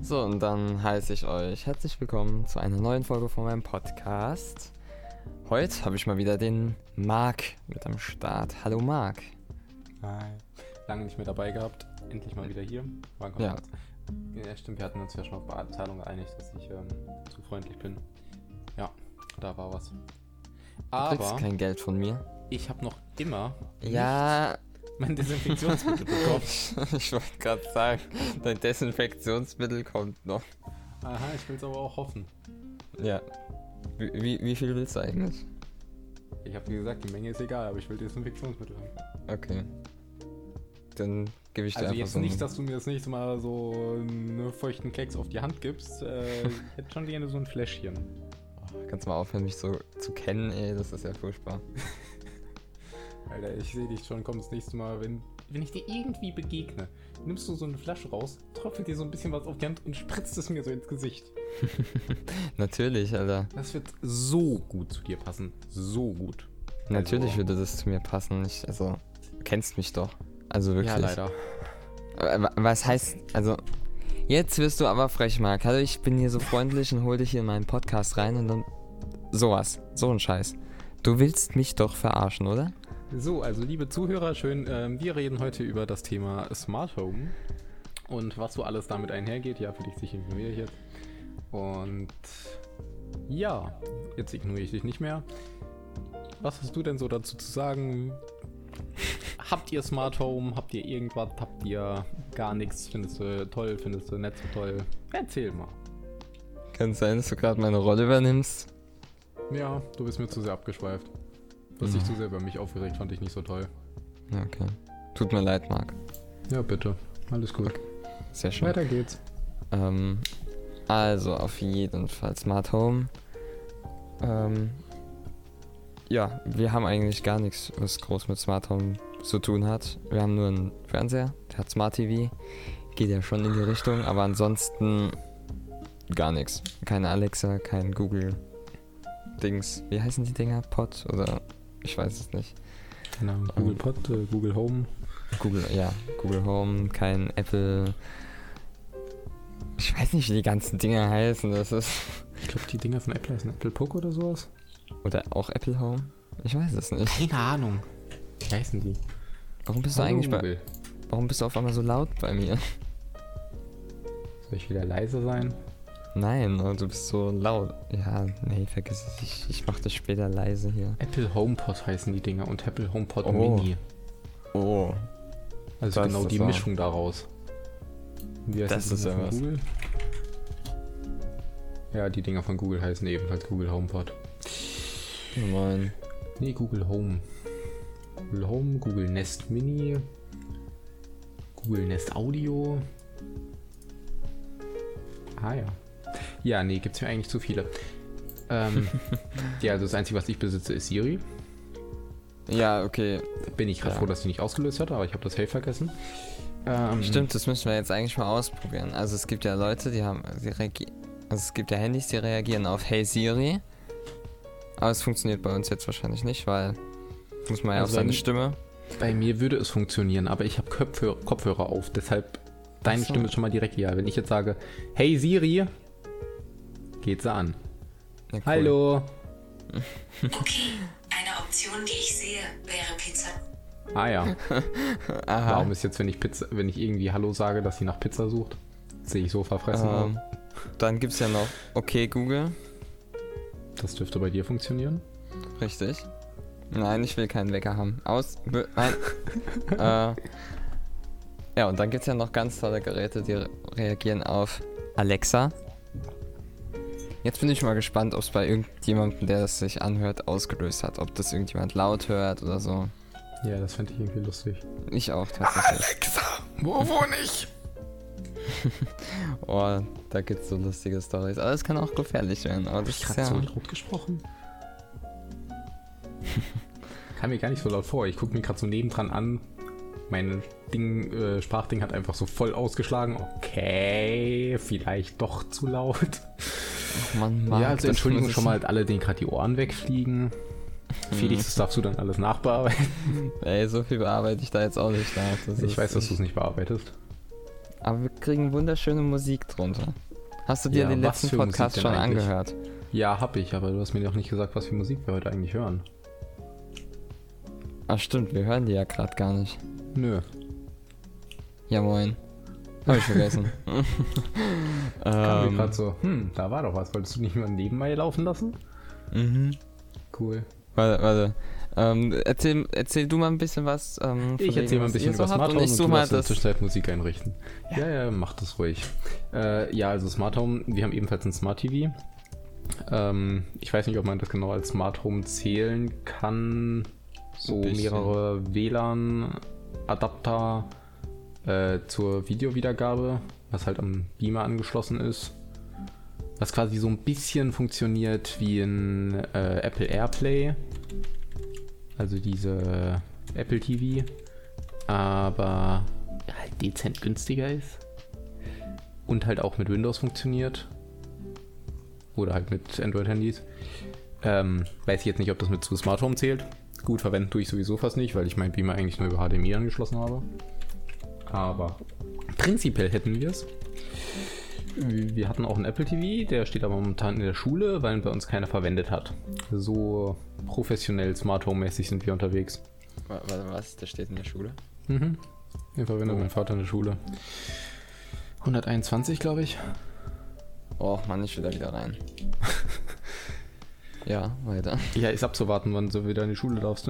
So, und dann heiße ich euch herzlich willkommen zu einer neuen Folge von meinem Podcast. Heute habe ich mal wieder den Marc mit am Start. Hallo Marc. Hi. Lange nicht mehr dabei gehabt. Endlich mal wieder hier. Ja. Ja, stimmt. Wir hatten uns ja schon auf Bezahlung geeinigt, dass ich zu freundlich bin. Ja, da war was. Du kriegst kein Geld von mir. Ich habe noch immer Ja, mein Desinfektionsmittel bekommen. ich wollte gerade sagen, dein Desinfektionsmittel kommt noch. Aha, ich will es aber auch hoffen. Ja. Wie viel willst du eigentlich? Ich habe wie gesagt, die Menge ist egal, aber ich will Desinfektionsmittel haben. Okay. Dann gebe ich dir Also einfach jetzt so nicht, dass du mir das nächste Mal so einen feuchten Keks auf die Hand gibst. Ich hätte schon gerne so ein Fläschchen. Kannst du mal aufhören, mich so zu kennen, ey, das ist ja furchtbar. Alter, ich sehe dich schon, komm das nächste Mal, wenn ich dir irgendwie begegne, nimmst du so eine Flasche raus, tröpfelt dir so ein bisschen was auf die Hand und spritzt es mir so ins Gesicht. Natürlich, Alter. Das wird so gut zu dir passen. So gut. Natürlich würde das zu mir passen. Du kennst mich doch. Also wirklich. Ja, leider. Was heißt, also, jetzt wirst du aber frech, Marc. Also ich bin hier so freundlich und hol dich hier in meinen Podcast rein und dann sowas. So ein Scheiß. Du willst mich doch verarschen, oder? So, also liebe Zuhörer, schön, wir reden heute über das Thema Smart Home und was so alles damit einhergeht. Ja, für dich sicher ignoriere ich jetzt. Und ja, jetzt ignoriere ich dich nicht mehr. Was hast du denn so dazu zu sagen? Habt ihr Smart Home? Habt ihr irgendwas? Habt ihr gar nichts? Findest du toll? Findest du nicht so toll? Erzähl mal. Kann es sein, dass du gerade meine Rolle übernimmst? Ja, du bist mir zu sehr abgeschweift. Du hast dich zu sehr über mich aufgeregt, fand ich nicht so toll. Ja, okay. Tut mir leid, Marc. Ja, bitte. Alles gut. Okay. Sehr schön. Weiter geht's. Also, auf jeden Fall Smart Home. Ja, wir haben eigentlich gar nichts, was groß mit Smart Home zu tun hat. Wir haben nur einen Fernseher, der hat Smart TV. Geht ja schon in die Richtung, aber ansonsten gar nichts. Keine Alexa, kein Google Dings. Wie heißen die Dinger? Pod oder ich weiß es nicht. Genau, Google Pod, Google Home. Google Home, kein Apple. Ich weiß nicht, wie die ganzen Dinger heißen. Das ist. Ich glaube, die Dinger von Apple heißen Apple Puck oder sowas. Oder auch Apple Home? Ich weiß es nicht. Keine Ahnung. Wie heißen die? Warum bist du auf einmal so laut bei mir? Soll ich wieder leise sein? Nein, du bist so laut. Ja, nee, vergiss es. Ich mach das später leise hier. Apple HomePod heißen die Dinger und Apple HomePod Mini. Oh. Also das genau die so. Mischung daraus. Wie heißt Das ist Dinger ja von was. Google? Ja, die Dinger von Google heißen ebenfalls Google HomePod. Oh Mann. Nee, Google Home. Google Home, Google Nest Mini, Google Nest Audio. Ah ja. Ja, nee, gibt's mir eigentlich zu viele. Ja, also das Einzige, was ich besitze, ist Siri. Ja, okay. Bin ich gerade Ja. froh, dass die nicht ausgelöst hat, aber ich habe das Hey vergessen. Stimmt, das müssen wir jetzt eigentlich mal ausprobieren. Also es gibt ja Leute, es gibt ja Handys, die reagieren auf Hey Siri. Aber es funktioniert bei uns jetzt wahrscheinlich nicht, weil muss man ja Also auf seine Stimme. Bei mir würde es funktionieren, aber ich habe Kopfhörer auf, deshalb deine Ach so. Stimme ist schon mal direkt ja. Wenn ich jetzt sage, Hey Siri, geht sie an. Ja, cool. Hallo. Okay, eine Option, die ich sehe, wäre Pizza. Ah ja. Aha. Warum ist jetzt, wenn ich irgendwie Hallo sage, dass sie nach Pizza sucht? Sehe ich so verfressen aus. Dann gibt's ja noch Okay Google. Das dürfte bei dir funktionieren. Richtig. Nein, ich will keinen Wecker haben. Nein. Ja, und dann gibt's ja noch ganz tolle Geräte, die reagieren auf Alexa. Jetzt bin ich mal gespannt, ob es bei irgendjemandem, der es sich anhört, ausgelöst hat. Ob das irgendjemand laut hört oder so. Ja, das fände ich irgendwie lustig. Ich auch tatsächlich. Alexa, wo wohne ich? Oh, da gibt's so lustige Storys. Aber es kann auch gefährlich werden. Aber das Ich ist gerade ja... so laut gesprochen. Kam mir gar nicht so laut vor. Ich gucke mir gerade so nebendran an. Mein Sprachding hat einfach so voll ausgeschlagen. Okay, vielleicht doch zu laut. Ach Mann, Marc, Ja, also das Entschuldigung muss schon mal alle, denen gerade die Ohren wegfliegen. Felix, das darfst du dann alles nachbearbeiten. Ey, so viel bearbeite ich da jetzt auch nicht nach. Ich weiß, dass du es nicht bearbeitest. Aber wir kriegen wunderschöne Musik drunter. Hast du dir Ja, den was letzten für Musik Podcast denn schon eigentlich? angehört? Ja, hab ich, aber du hast mir noch nicht gesagt, was für Musik wir heute eigentlich hören. Ach stimmt, wir hören die ja gerade gar nicht. Nö. Ja moin. Hab ich vergessen. Kam mir gerade so, da war doch was. Wolltest du nicht mal nebenbei laufen lassen? Mhm. Cool. Warte. Erzähl du mal ein bisschen was. Ich erzähle mal ein bisschen über Smart Home und ich und suche du mal darfst in der das. Zwischenzeit Musik einrichten. Ja, mach das ruhig. Ja, also Smart Home, wir haben ebenfalls ein Smart TV. Ich weiß nicht, ob man das genau als Smart Home zählen kann. So Ein bisschen. mehrere WLAN-Adapter zur Videowiedergabe, was halt am Beamer angeschlossen ist. Was quasi so ein bisschen funktioniert wie ein Apple AirPlay. Also diese Apple TV. Aber halt dezent günstiger ist. Und halt auch mit Windows funktioniert. Oder halt mit Android-Handys. Weiß ich jetzt nicht, ob das mit zu Smart Home zählt. Gut, verwenden tue ich sowieso fast nicht, weil ich mein Beamer eigentlich nur über HDMI angeschlossen habe. Aber prinzipiell hätten wir es. Wir hatten auch einen Apple TV, der steht aber momentan in der Schule, weil ihn bei uns keiner verwendet hat. So professionell Smart Home-mäßig sind wir unterwegs. Warte, was? Der steht in der Schule? Den verwendet mein Vater in der Schule. 121, glaube ich. Oh Mann, ich will da wieder rein. Ja, weiter. Ja, ist abzuwarten, wann du wieder in die Schule darfst.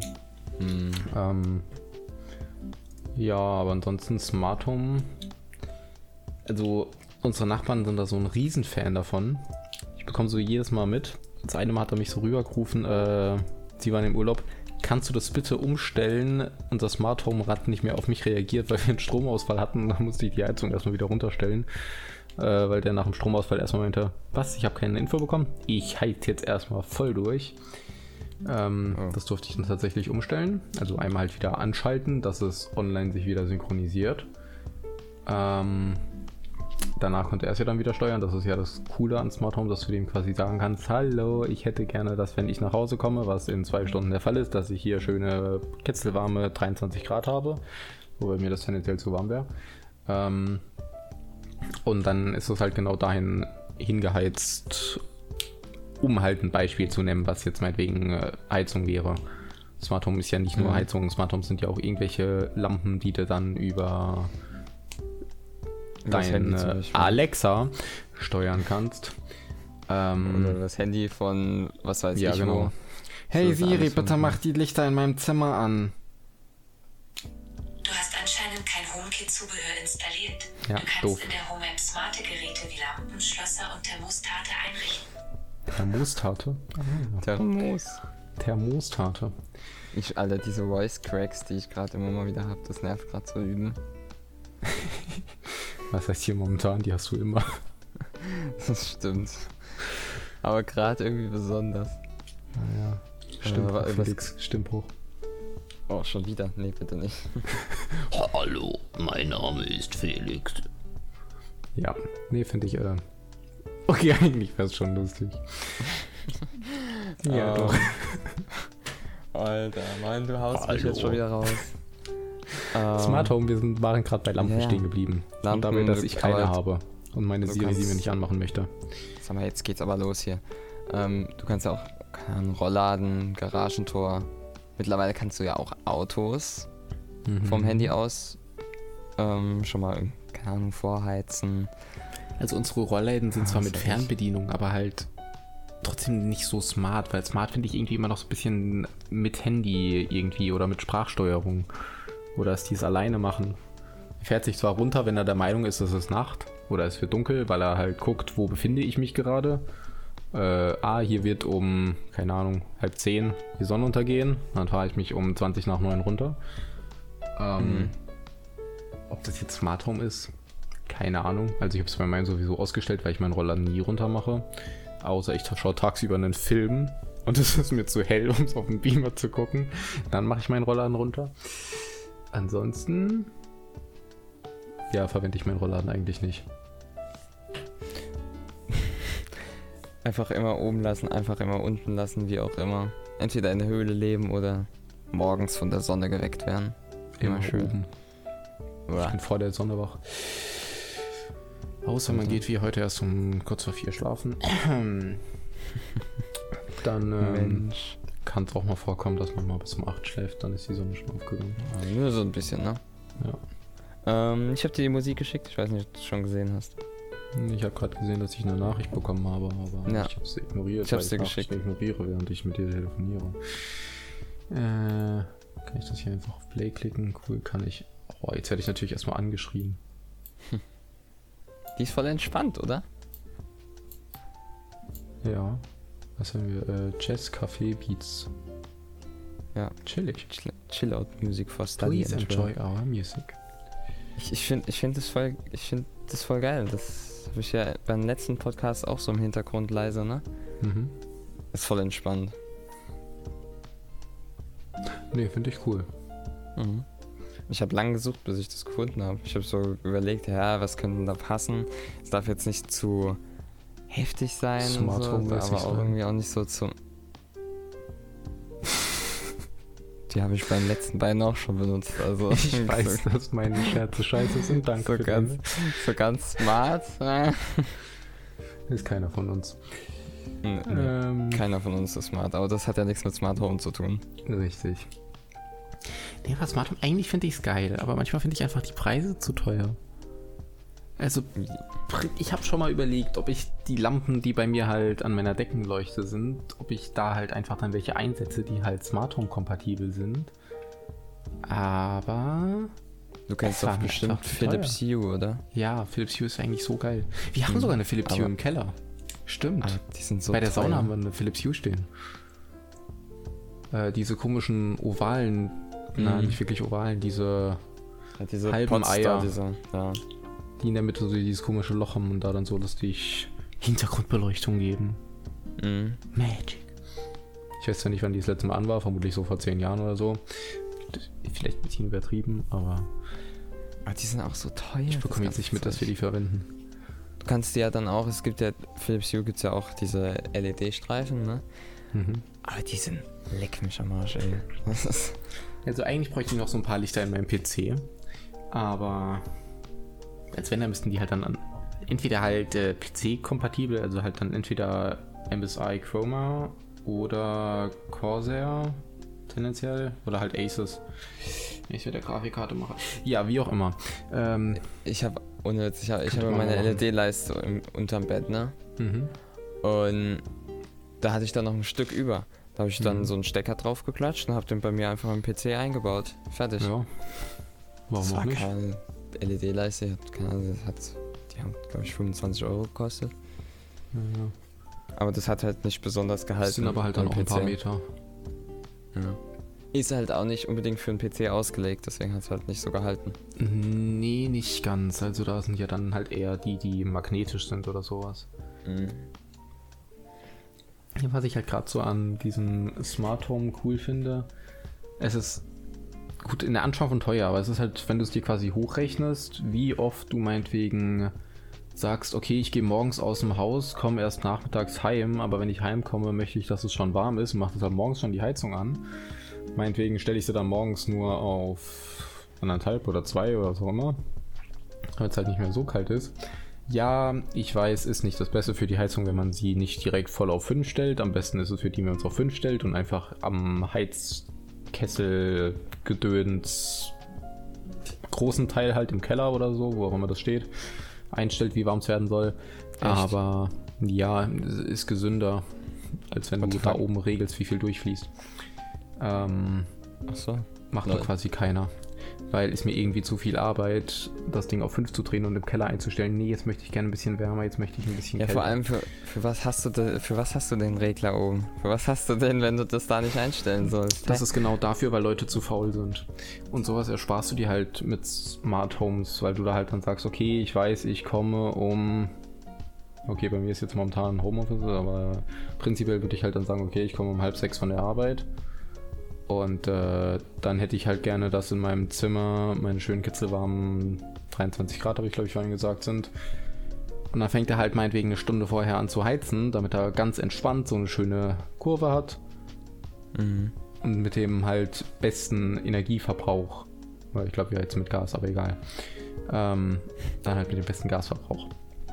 Ja, aber ansonsten Smart Home. Also, unsere Nachbarn sind da so ein Riesenfan davon. Ich bekomme so jedes Mal mit. Das eine Mal hat er mich so rübergerufen, sie waren im Urlaub. Kannst du das bitte umstellen? Unser Smart Home Rad nicht mehr auf mich reagiert, weil wir einen Stromausfall hatten. Da musste ich die Heizung erstmal wieder runterstellen. Weil der nach dem Stromausfall erstmal meinte, was, ich habe keine Info bekommen? Ich heiz jetzt erstmal voll durch. Das durfte ich dann tatsächlich umstellen. Also einmal halt wieder anschalten, dass es online sich wieder synchronisiert. Danach konnte er es ja dann wieder steuern. Das ist ja das Coole an Smart Home, dass du dem quasi sagen kannst, hallo, ich hätte gerne, dass wenn ich nach Hause komme, was in 2 Stunden der Fall ist, dass ich hier schöne kitzelwarme 23 Grad habe, wobei mir das tendenziell zu warm wäre. Und dann ist es halt genau dahin hingeheizt, um halt ein Beispiel zu nennen, was jetzt meinetwegen Heizung wäre. Smart Home ist ja nicht nur Heizung, Smart Homes sind ja auch irgendwelche Lampen, die du dann über dein Alexa steuern kannst. Oder das Handy von, was weiß Ja, ich genau. wo. Hey ist Siri, alles bitte von- mach die Lichter in meinem Zimmer an. Du hast anscheinend kein HomeKit-Zubehör installiert. Ja, du kannst doof. in der Home-App smarte Geräte wie Lampen, Schlösser und Thermostate einrichten. Thermostate? Thermos. Thermostate. Alter, diese Voice Cracks, die ich gerade immer mal wieder habe, das nervt gerade so übel. Was heißt hier momentan? Die hast du immer. Das stimmt. Aber gerade irgendwie besonders. Naja. Stimmt, was- Felix, Stimmbruch. Oh, schon wieder? Nee, bitte nicht. Hallo, mein Name ist Felix. Ja, nee, finde ich, okay, eigentlich wäre es schon lustig. Ja, doch. Alter, Mann, du haust mich Hallo. jetzt schon wieder raus. Smart Home, waren gerade bei Lampen ja. stehen geblieben. Und Lampen, dabei, dass ich keine aber habe. Und meine du Siri sie mir kannst- nicht anmachen möchte. Sag mal, jetzt geht's aber los hier. Du kannst ja auch, keine Ahnung, Rollladen, Garagentor. Mittlerweile kannst du ja auch Autos vom Handy aus schon mal, keine Ahnung, vorheizen. Also unsere Rollläden sind zwar was mit weiß ich. Fernbedienung, aber halt trotzdem nicht so smart, weil smart finde ich irgendwie immer noch so ein bisschen mit Handy irgendwie oder mit Sprachsteuerung. Oder dass die es alleine machen. Er fährt sich zwar runter, wenn er der Meinung ist, es ist Nacht oder es wird dunkel, weil er halt guckt, wo befinde ich mich gerade. Hier wird um, keine Ahnung, 9:30 die Sonne untergehen. Dann fahre ich mich um 20 nach 9 runter. Ob das jetzt Smart Home ist, keine Ahnung. Also ich habe es bei meinem sowieso ausgestellt, weil ich meinen Roller nie runter mache. Außer ich schaue tagsüber einen Film und es ist mir zu hell, um es auf dem Beamer zu gucken. Dann mache ich meinen Rollladen runter. Ansonsten, ja, verwende ich meinen Rollladen eigentlich nicht. Einfach immer oben lassen, einfach immer unten lassen, wie auch immer. Entweder in der Höhle leben oder morgens von der Sonne geweckt werden. Immer schön. oben. Ich Uah. bin vor der Sonne wach. Außer man geht wie heute erst um kurz vor 4 schlafen. Dann kann es auch mal vorkommen, dass man mal bis um 8 schläft, dann ist die Sonne schon aufgegangen. Ja, nur so ein bisschen, ne? Ja. Ich habe dir die Musik geschickt, ich weiß nicht, ob du es schon gesehen hast. Ich habe gerade gesehen, dass ich eine Nachricht bekommen habe, aber Ja. ich habe es ignoriert. Ich habe weil dir geschickt. ignoriere, während ich mit dir telefoniere. Kann ich das hier einfach auf Play klicken? Cool, kann ich. Oh, jetzt werde ich natürlich erstmal angeschrien. Die ist voll entspannt, oder? Ja. Was haben wir? Jazz, Café, Beats. Ja. Chillig. Chill-Out-Music for Study Please and enjoy our music. Ich find das voll geil. Das habe ich ja beim letzten Podcast auch so im Hintergrund leise, ne? Mhm. Ist voll entspannt. Nee, finde ich cool. Mhm. Ich habe lange gesucht, bis ich das gefunden habe. Ich habe so überlegt, ja, was könnte da passen? Es darf jetzt nicht zu heftig sein, Smart und Home so, mäßig aber auch sein. irgendwie auch nicht so zu... Die habe ich beim letzten beiden auch schon benutzt. Also Ich weiß, dass meine Scherze scheiße sind. Danke für deine. so ganz smart. Ist keiner von uns. Nee, keiner von uns ist smart, aber das hat ja nichts mit Smart Home zu tun. Richtig. Nee, was Smart Home, eigentlich finde ich es geil, aber manchmal finde ich einfach die Preise zu teuer. Also, ich habe schon mal überlegt, ob ich die Lampen, die bei mir halt an meiner Deckenleuchte sind, ob ich da halt einfach dann welche einsetze, die halt Smart Home kompatibel sind. Aber... Du kennst Das war doch mir bestimmt einfach zu Philips Hue, oder? Ja, Philips Hue ist eigentlich so geil. Wir haben sogar eine Philips Hue aber- im Keller. Stimmt. Aber die sind so Bei der teuer. Sauna haben wir eine Philips Hue stehen. Diese komischen ovalen, nein, nicht wirklich ovalen, diese, Ja, diese halben Pots Eier. da, diese, ja. die in der Mitte so dieses komische Loch haben und da dann so lustig Hintergrundbeleuchtung geben. Mhm. Magic. Ich weiß zwar nicht, wann die das letzte Mal an war, vermutlich so vor 10 Jahren oder so. Vielleicht ein bisschen übertrieben, aber Aber die sind auch so teuer. ich bekomme jetzt nicht mit, dass wir die verwenden. Du kannst die ja dann auch, es gibt ja, Philips Hue gibt's ja auch diese LED-Streifen, ne? Mhm. Aber die sind, leck mich am Arsch, ey. Das ist, Also eigentlich bräuchte ich noch so ein paar Lichter in meinem PC, aber als wenn, dann müssten die halt dann entweder halt PC-kompatibel, also halt dann entweder MSI Chroma oder Corsair tendenziell oder halt Asus, wenn ich mit der Grafikkarte mache. Ja, wie auch immer. ich habe, ohne Witz, ich habe man meine machen. LED-Leiste unterm Bett, ne? Mhm. Und da hatte ich dann noch ein Stück über. Da habe ich dann Mhm. so einen Stecker drauf geklatscht und habe den bei mir einfach im PC eingebaut. Fertig. Ja. Das Warum auch war nicht? keine LED-Leiste, keine Ahnung, die haben, glaube ich, 25 € gekostet. Ja. Aber das hat halt nicht besonders gehalten. Das sind aber halt dann am auch ein paar PC. Meter. Ja. Ist halt auch nicht unbedingt für einen PC ausgelegt, deswegen hat es halt nicht so gehalten. Nee, nicht ganz. Also da sind ja dann halt eher die magnetisch sind oder sowas. Mhm. Ja, was ich halt gerade so an diesem Smart Home cool finde, es ist gut in der Anschaffung teuer, aber es ist halt, wenn du es dir quasi hochrechnest, wie oft du meinetwegen sagst, okay, ich gehe morgens aus dem Haus, komme erst nachmittags heim, aber wenn ich heimkomme, möchte ich, dass es schon warm ist und mache halt morgens schon die Heizung an. Meinetwegen stelle ich sie dann morgens nur auf 1,5 oder 2 oder so immer, damit es halt nicht mehr so kalt ist. Ja, ich weiß, ist nicht das Beste für die Heizung, wenn man sie nicht direkt voll auf 5 stellt. Am besten ist es für die, wenn man es auf 5 stellt und einfach am Heizkessel Gedöns großen Teil halt im Keller oder so, wo auch immer das steht, einstellt, wie warm es werden soll. Echt? Aber ja, es ist gesünder, als wenn What du the da fuck? oben regelst, wie viel durchfließt. Achso. Macht Lol. doch quasi keiner. Weil ist mir irgendwie zu viel Arbeit, das Ding auf 5 zu drehen und im Keller einzustellen. Nee, jetzt möchte ich gerne ein bisschen wärmer, jetzt möchte ich ein bisschen Ja, kälter. vor allem für was hast du den Regler oben? Für was hast du den, wenn du das da nicht einstellen sollst? Das ist genau dafür, weil Leute zu faul sind. Und sowas ersparst du dir halt mit Smart Homes, weil du da halt dann sagst, okay, ich weiß, ich komme um... Okay, bei mir ist jetzt momentan Homeoffice, aber prinzipiell würde ich halt dann sagen, okay, ich komme um 5:30 von der Arbeit. Und dann hätte ich halt gerne, dass in meinem Zimmer meine schönen kitzelwarmen 23 Grad, habe ich glaube ich vorhin gesagt, sind. Und dann fängt er halt meinetwegen eine Stunde vorher an zu heizen, damit er ganz entspannt so eine schöne Kurve hat. Mhm. Und mit dem halt besten Energieverbrauch. Weil ich glaube, wir heizen mit Gas, aber egal. Dann halt mit dem besten Gasverbrauch.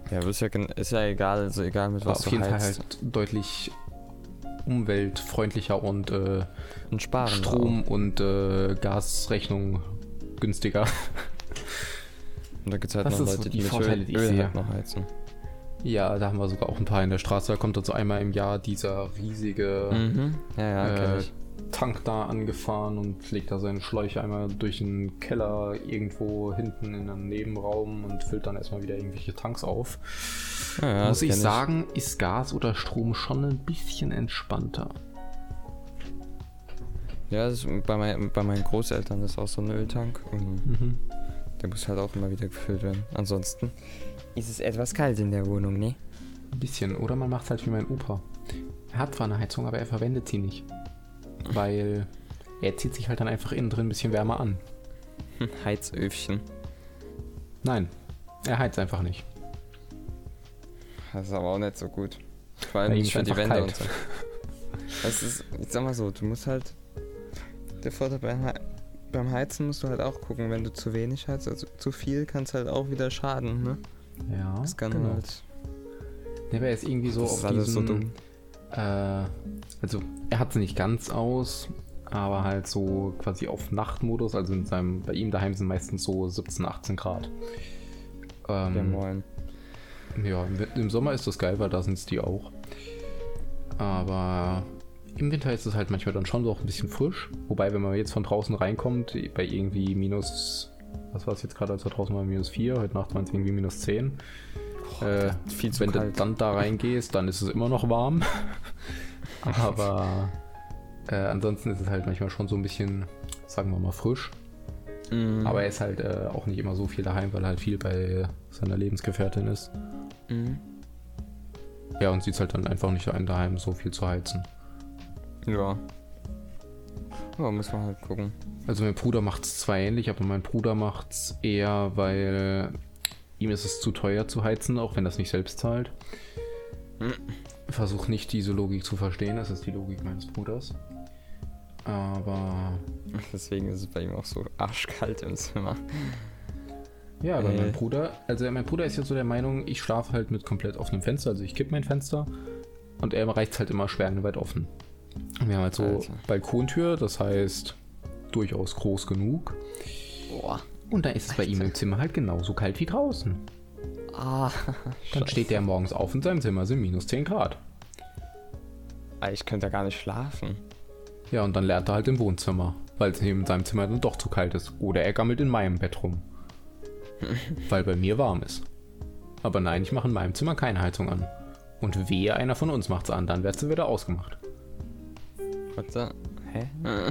Ja, ist ja egal, also egal mit Aber was auf du jeden Fall heizt. halt deutlich umweltfreundlicher und Und sparen Strom- und Gasrechnung günstiger. Und da gibt es halt Das noch ist so Leute, die die mit Vorteile, die ich Öl sehe. halt noch heizen. Ja, da haben wir sogar auch ein paar in der Straße. Da kommt dann so einmal im Jahr dieser riesige Ja, kenn ich. Tank da angefahren und legt da seine Schläuche einmal durch den Keller irgendwo hinten in einem Nebenraum und füllt dann erstmal wieder irgendwelche Tanks auf. Ja, Muss das ich kenn sagen, ist Gas oder Strom schon ein bisschen entspannter. Ja, das ist bei meinen Großeltern ist auch so ein Öltank. Und der muss halt auch immer wieder gefüllt werden. Ansonsten ist es etwas kalt in der Wohnung, ne? Ein bisschen. Oder man macht es halt wie mein Opa. Er hat zwar eine Heizung, aber er verwendet sie nicht. Weil er zieht sich halt dann einfach innen drin ein bisschen wärmer an. Heizöfchen. Nein, er heizt einfach nicht. Das ist aber auch nicht so gut. Vor Bei allem ihm nicht ist für die einfach Wände kalt. und so. Das ist, ich sag mal so, du musst halt. Der Vorteil beim Heizen musst du halt auch gucken, wenn du zu wenig heizt, also zu viel kann es halt auch wieder schaden, ne? Ja, Das kann genau. halt. Der wäre jetzt irgendwie so Das ist auf alles so diesen... dumm. Also, er hat es nicht ganz aus, aber halt so quasi auf Nachtmodus. Also bei ihm daheim sind meistens so 17, 18 Grad. Ja, moin. Ja, im Sommer ist das geil, weil da sind es die auch. Aber im Winter ist es halt manchmal dann schon so auch ein bisschen frisch. Wobei, wenn man jetzt von draußen reinkommt, bei irgendwie minus, was war es jetzt gerade, als wir draußen waren, minus 4, heute Nacht waren es irgendwie minus 10. Viel zu Wenn du kalt. dann da reingehst, dann ist es immer noch warm. Aber ansonsten ist es halt manchmal schon so ein bisschen, sagen wir mal, frisch. Mhm. Aber er ist halt auch nicht immer so viel daheim, weil er halt viel bei seiner Lebensgefährtin ist. Mhm. Ja, und sieht halt dann einfach nicht ein, daheim so viel zu heizen. Ja. Aber muss man halt gucken. Also mein Bruder macht es zwar ähnlich, aber mein Bruder macht es eher, weil ihm ist es zu teuer zu heizen, auch wenn das nicht selbst zahlt. Versuch nicht diese Logik zu verstehen, das ist die Logik meines Bruders. Aber Deswegen ist es bei ihm auch so arschkalt im Zimmer. ja, aber mein Bruder ist jetzt so der Meinung, ich schlafe halt mit komplett offenem Fenster, also ich kipp mein Fenster und er reicht halt immer sperrangelweit offen. Wir haben halt so Alter. Balkontür, das heißt durchaus groß genug. Boah. Und da ist es bei ihm im Zimmer halt genauso kalt wie draußen. Ah. Dann steht der morgens auf in seinem Zimmer, sind minus 10 Grad. Ich könnte ja gar nicht schlafen. Ja, und dann lernt er halt im Wohnzimmer, weil es in seinem Zimmer dann doch zu kalt ist. Oder er gammelt in meinem Bett rum. Weil bei mir warm ist. Aber nein, ich mache in meinem Zimmer keine Heizung an. Und wehe, einer von uns macht's an, dann wird sie wieder ausgemacht. Warte. Hä?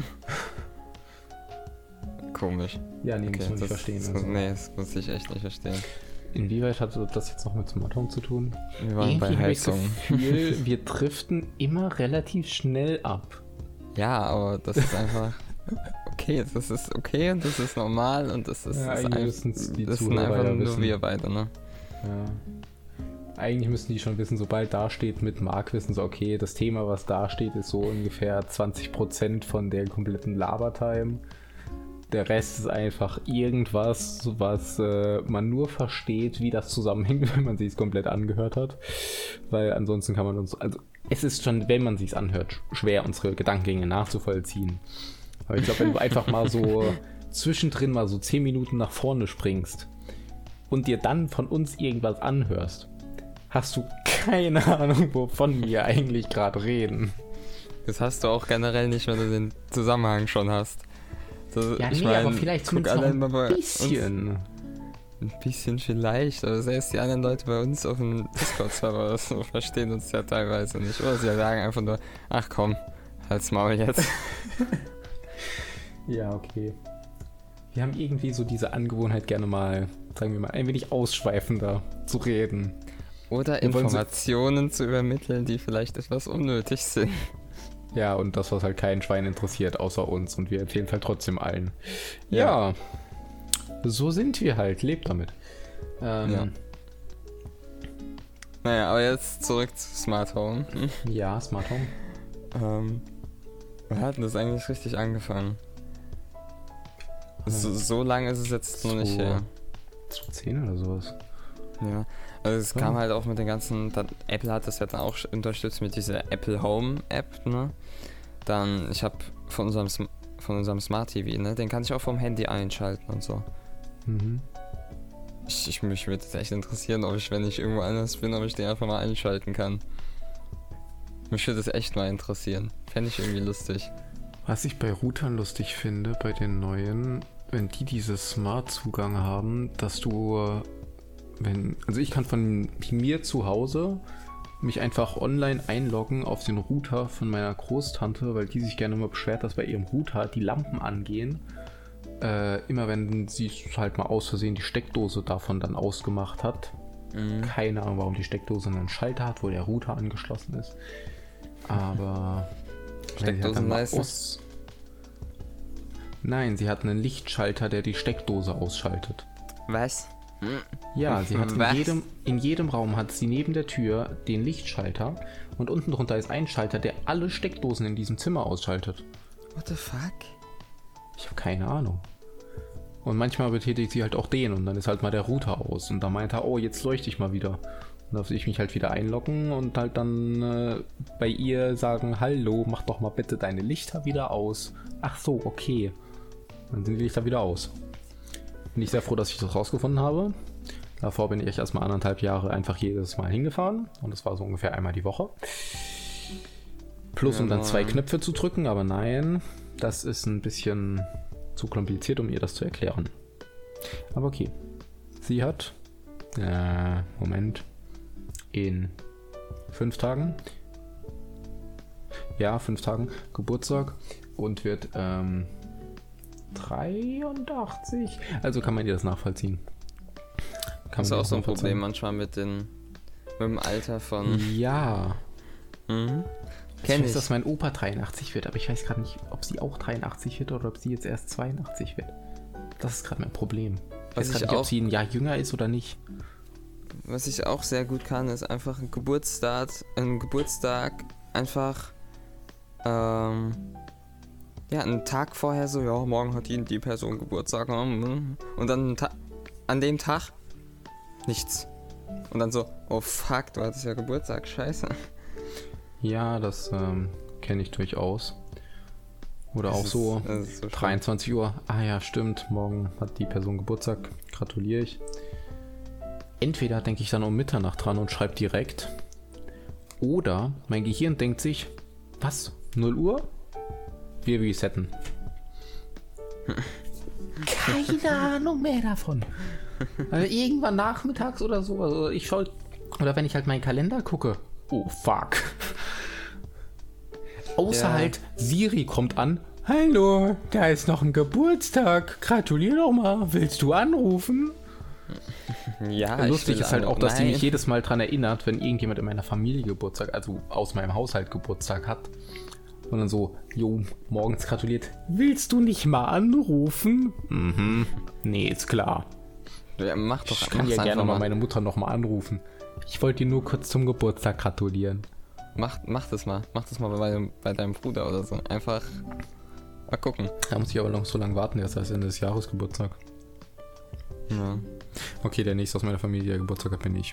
Komisch. Ja, nee, Okay, muss man nicht das, verstehen. das, nee, das muss ich echt nicht verstehen. Inwieweit hat das jetzt noch mit Smart Home zu tun? Wir waren bei Irgendwie habe ich das Heizung. Gefühl, wir driften immer relativ schnell ab. Ja, aber das ist einfach okay. Das ist okay und das ist normal und das ist, Ja, das ist eigentlich einfach, müssen's die das sind Zuhörer einfach ja nur wissen. wir beide, ne? Ja. Eigentlich müssten die schon wissen, sobald da steht mit Mark, wissen sie, okay, das Thema, was da steht, ist so ungefähr 20% von der kompletten Labertime. Der Rest ist einfach irgendwas, was man nur versteht, wie das zusammenhängt, wenn man sich es komplett angehört hat. Weil ansonsten kann man uns, also es ist schon, wenn man sich es anhört, schwer, unsere Gedankengänge nachzuvollziehen. Aber ich glaube, wenn du einfach mal so zwischendrin mal so 10 Minuten nach vorne springst und dir dann von uns irgendwas anhörst, hast du keine Ahnung, wovon wir eigentlich gerade reden. Das hast du auch generell nicht, wenn du den Zusammenhang schon hast. So, Ja, ich nee, mein, aber vielleicht guck zumindest noch allein mal ein bei uns. bisschen. Ein bisschen vielleicht, aber selbst die anderen Leute bei uns auf dem Discord-Server so verstehen uns ja teilweise nicht. Oder sie sagen einfach nur, ach komm, halt's Maul jetzt. Ja, okay. Wir haben irgendwie so diese Angewohnheit, gerne mal, sagen wir mal, ein wenig ausschweifender zu reden. Oder Wir wollen Informationen zu übermitteln, die vielleicht etwas unnötig sind. Ja, und das, was halt kein Schwein interessiert, außer uns. Und wir erzählen es halt trotzdem allen. Ja. So sind wir halt. Lebt damit. Ja. Naja, aber jetzt zurück zu Smart Home. Ja, Smart Home. Wir hatten das eigentlich richtig angefangen. So lange ist es jetzt noch nicht her. 2010 oder sowas. Ja, also es kam halt auch mit den ganzen, Apple hat das ja dann auch unterstützt mit dieser Apple Home App, ne? Dann, ich habe von unserem Smart TV, ne? Den kann ich auch vom Handy einschalten und so. Mhm. Mich würde das echt interessieren, ob ich, wenn ich irgendwo anders bin, ob ich den einfach mal einschalten kann. Mich würde das echt mal interessieren. Fände ich irgendwie lustig. Was ich bei Routern lustig finde, bei den neuen, wenn die diese Smart-Zugang haben, dass du, also ich kann von mir zu Hause mich einfach online einloggen auf den Router von meiner Großtante, weil die sich gerne immer beschwert, dass bei ihrem Router die Lampen angehen. Immer wenn sie halt mal aus Versehen die Steckdose davon dann ausgemacht hat. Keine Ahnung, warum die Steckdose einen Schalter hat, wo der Router angeschlossen ist. Aber Steckdosenleiste? Nein, sie hat einen Lichtschalter, der die Steckdose ausschaltet. Was? Ja, sie hat in jedem Raum hat sie neben der Tür den Lichtschalter und unten drunter ist ein Schalter, der alle Steckdosen in diesem Zimmer ausschaltet. What the fuck? Ich habe keine Ahnung. Und manchmal betätigt sie halt auch den und dann ist halt mal der Router aus. Und da meint er, oh, jetzt leuchte ich mal wieder. Und dann darf ich mich halt wieder einloggen und halt dann bei ihr sagen, hallo, mach doch mal bitte deine Lichter wieder aus. Ach so, okay. Dann sind die Lichter wieder aus. Bin ich sehr froh, dass ich das rausgefunden habe. Davor bin ich erstmal 1,5 Jahre einfach jedes Mal hingefahren. Und das war so ungefähr einmal die Woche. Plus, um dann 2 Knöpfe zu drücken, aber nein, das ist ein bisschen zu kompliziert, um ihr das zu erklären. Aber okay. Sie hat, in 5 Tagen, 5 Tagen Geburtstag und wird 83. Also kann man ihr das nachvollziehen. Hast du auch so ein Problem manchmal mit dem Alter von... Ja. Ich weiß, dass mein Opa 83 wird, aber ich weiß gerade nicht, ob sie auch 83 wird oder ob sie jetzt erst 82 wird. Das ist gerade mein Problem. Ich weiß gerade nicht, ob sie ein Jahr jünger ist oder nicht. Was ich auch sehr gut kann, ist einfach einen Geburtstag einfach einen Tag vorher so, ja, morgen hat die Person Geburtstag und dann an dem Tag nichts. Und dann so, oh fuck, du hattest ja Geburtstag, scheiße. Ja, das kenne ich durchaus. Oder auch so 23 Uhr. Ah ja, stimmt, morgen hat die Person Geburtstag. Gratuliere ich. Entweder denke ich dann um Mitternacht dran und schreibe direkt. Oder mein Gehirn denkt sich, was? 0 Uhr? Wir resetten. Keine Ahnung mehr davon. Also irgendwann nachmittags oder so. Also ich schaue. Oder wenn ich halt meinen Kalender gucke. Oh fuck. Außer halt, Siri kommt an. Hallo, da ist noch ein Geburtstag. Gratulier doch mal. Willst du anrufen? Ja, lustig ist halt auch, dass die mich jedes Mal dran erinnert, wenn irgendjemand in meiner Familie Geburtstag, also aus meinem Haushalt Geburtstag hat. Und dann so, jo, morgens gratuliert. Willst du nicht mal anrufen? Mhm. Nee, ist klar. Ja, mach doch. Ich kann ja gerne mal meine Mutter nochmal anrufen. Ich wollte dir nur kurz zum Geburtstag gratulieren. Mach das mal. Mach das mal bei deinem Bruder oder so. Einfach mal gucken. Da muss ich aber noch so lange warten, erst als Ende des Jahres Geburtstag. Ja. Okay, der nächste aus meiner Familie, der Geburtstag hat, bin ich.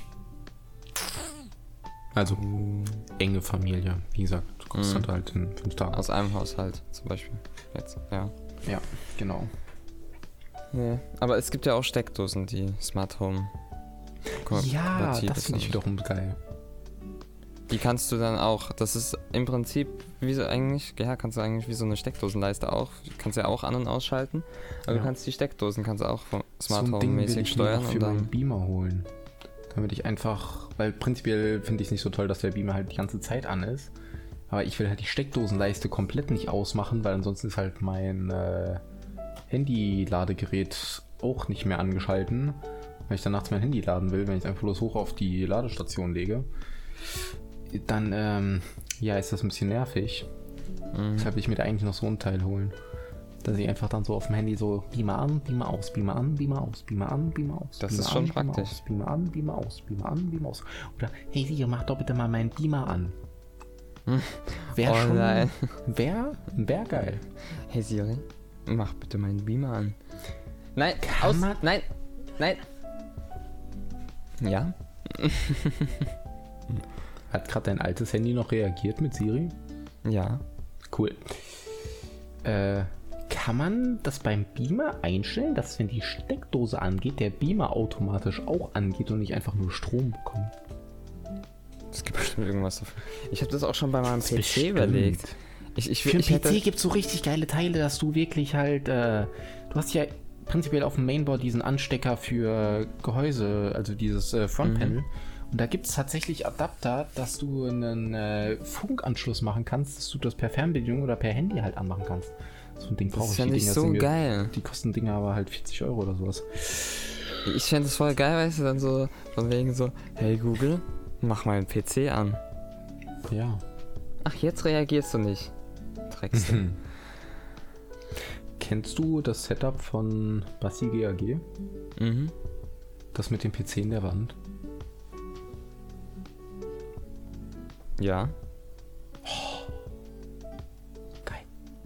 Also, enge Familie. Wie gesagt, du kommst halt in 5 Tagen. Aus einem Haushalt zum Beispiel. Jetzt, ja. Ja, genau. Ja, aber es gibt ja auch Steckdosen, die Smart Home. Ja, das finde ich wiederum geil. Die kannst du dann auch, das ist im Prinzip wie so kannst du eigentlich wie so eine Steckdosenleiste auch, kannst du ja auch an- und ausschalten, aber du kannst die Steckdosen auch vom Smart Home mäßig steuern und dann meinen Beamer holen. Damit ich einfach, weil prinzipiell finde ich es nicht so toll, dass der Beamer halt die ganze Zeit an ist, aber ich will halt die Steckdosenleiste komplett nicht ausmachen, weil ansonsten ist halt mein Handy-Ladegerät auch nicht mehr angeschalten, weil ich dann nachts mein Handy laden will, wenn ich es einfach bloß hoch auf die Ladestation lege. Dann, ist das ein bisschen nervig. Deshalb will ich mir da eigentlich noch so ein Teil holen. Dass ich einfach dann so auf dem Handy so Beamer an, Beamer aus, Beamer an, Beamer aus, Beamer an, Beamer aus. Das ist schon praktisch. Beamer an, Beamer aus, Beamer an, Beamer aus. Oder, hey Siri, mach doch bitte mal meinen Beamer an. Wär geil. Hey Siri, mach bitte meinen Beamer an. Nein, nein. Ja? Hat gerade dein altes Handy noch reagiert mit Siri? Ja. Cool. Kann man das beim Beamer einstellen, dass wenn die Steckdose angeht, der Beamer automatisch auch angeht und nicht einfach nur Strom bekommt? Es gibt bestimmt irgendwas dafür. Ich habe das auch schon bei meinem PC Bestimmt. überlegt. Für den PC gibt es so richtig geile Teile, dass du wirklich halt, du hast ja prinzipiell auf dem Mainboard diesen Anstecker für Gehäuse, also dieses Frontpanel. Und da gibt es tatsächlich Adapter, dass du einen Funkanschluss machen kannst, dass du das per Fernbedienung oder per Handy halt anmachen kannst. So ein Ding brauche ich. Das ist ja nicht so geil. Die kosten Dinger aber halt 40 € oder sowas. Ich fände es voll geil, weißt du, dann so, von wegen so, hey Google, mach mal einen PC an. Ja. Ach, jetzt reagierst du nicht. Dreckste. Kennst du das Setup von Bassi GAG? Mhm. Das mit dem PC in der Wand? Ja. Geil.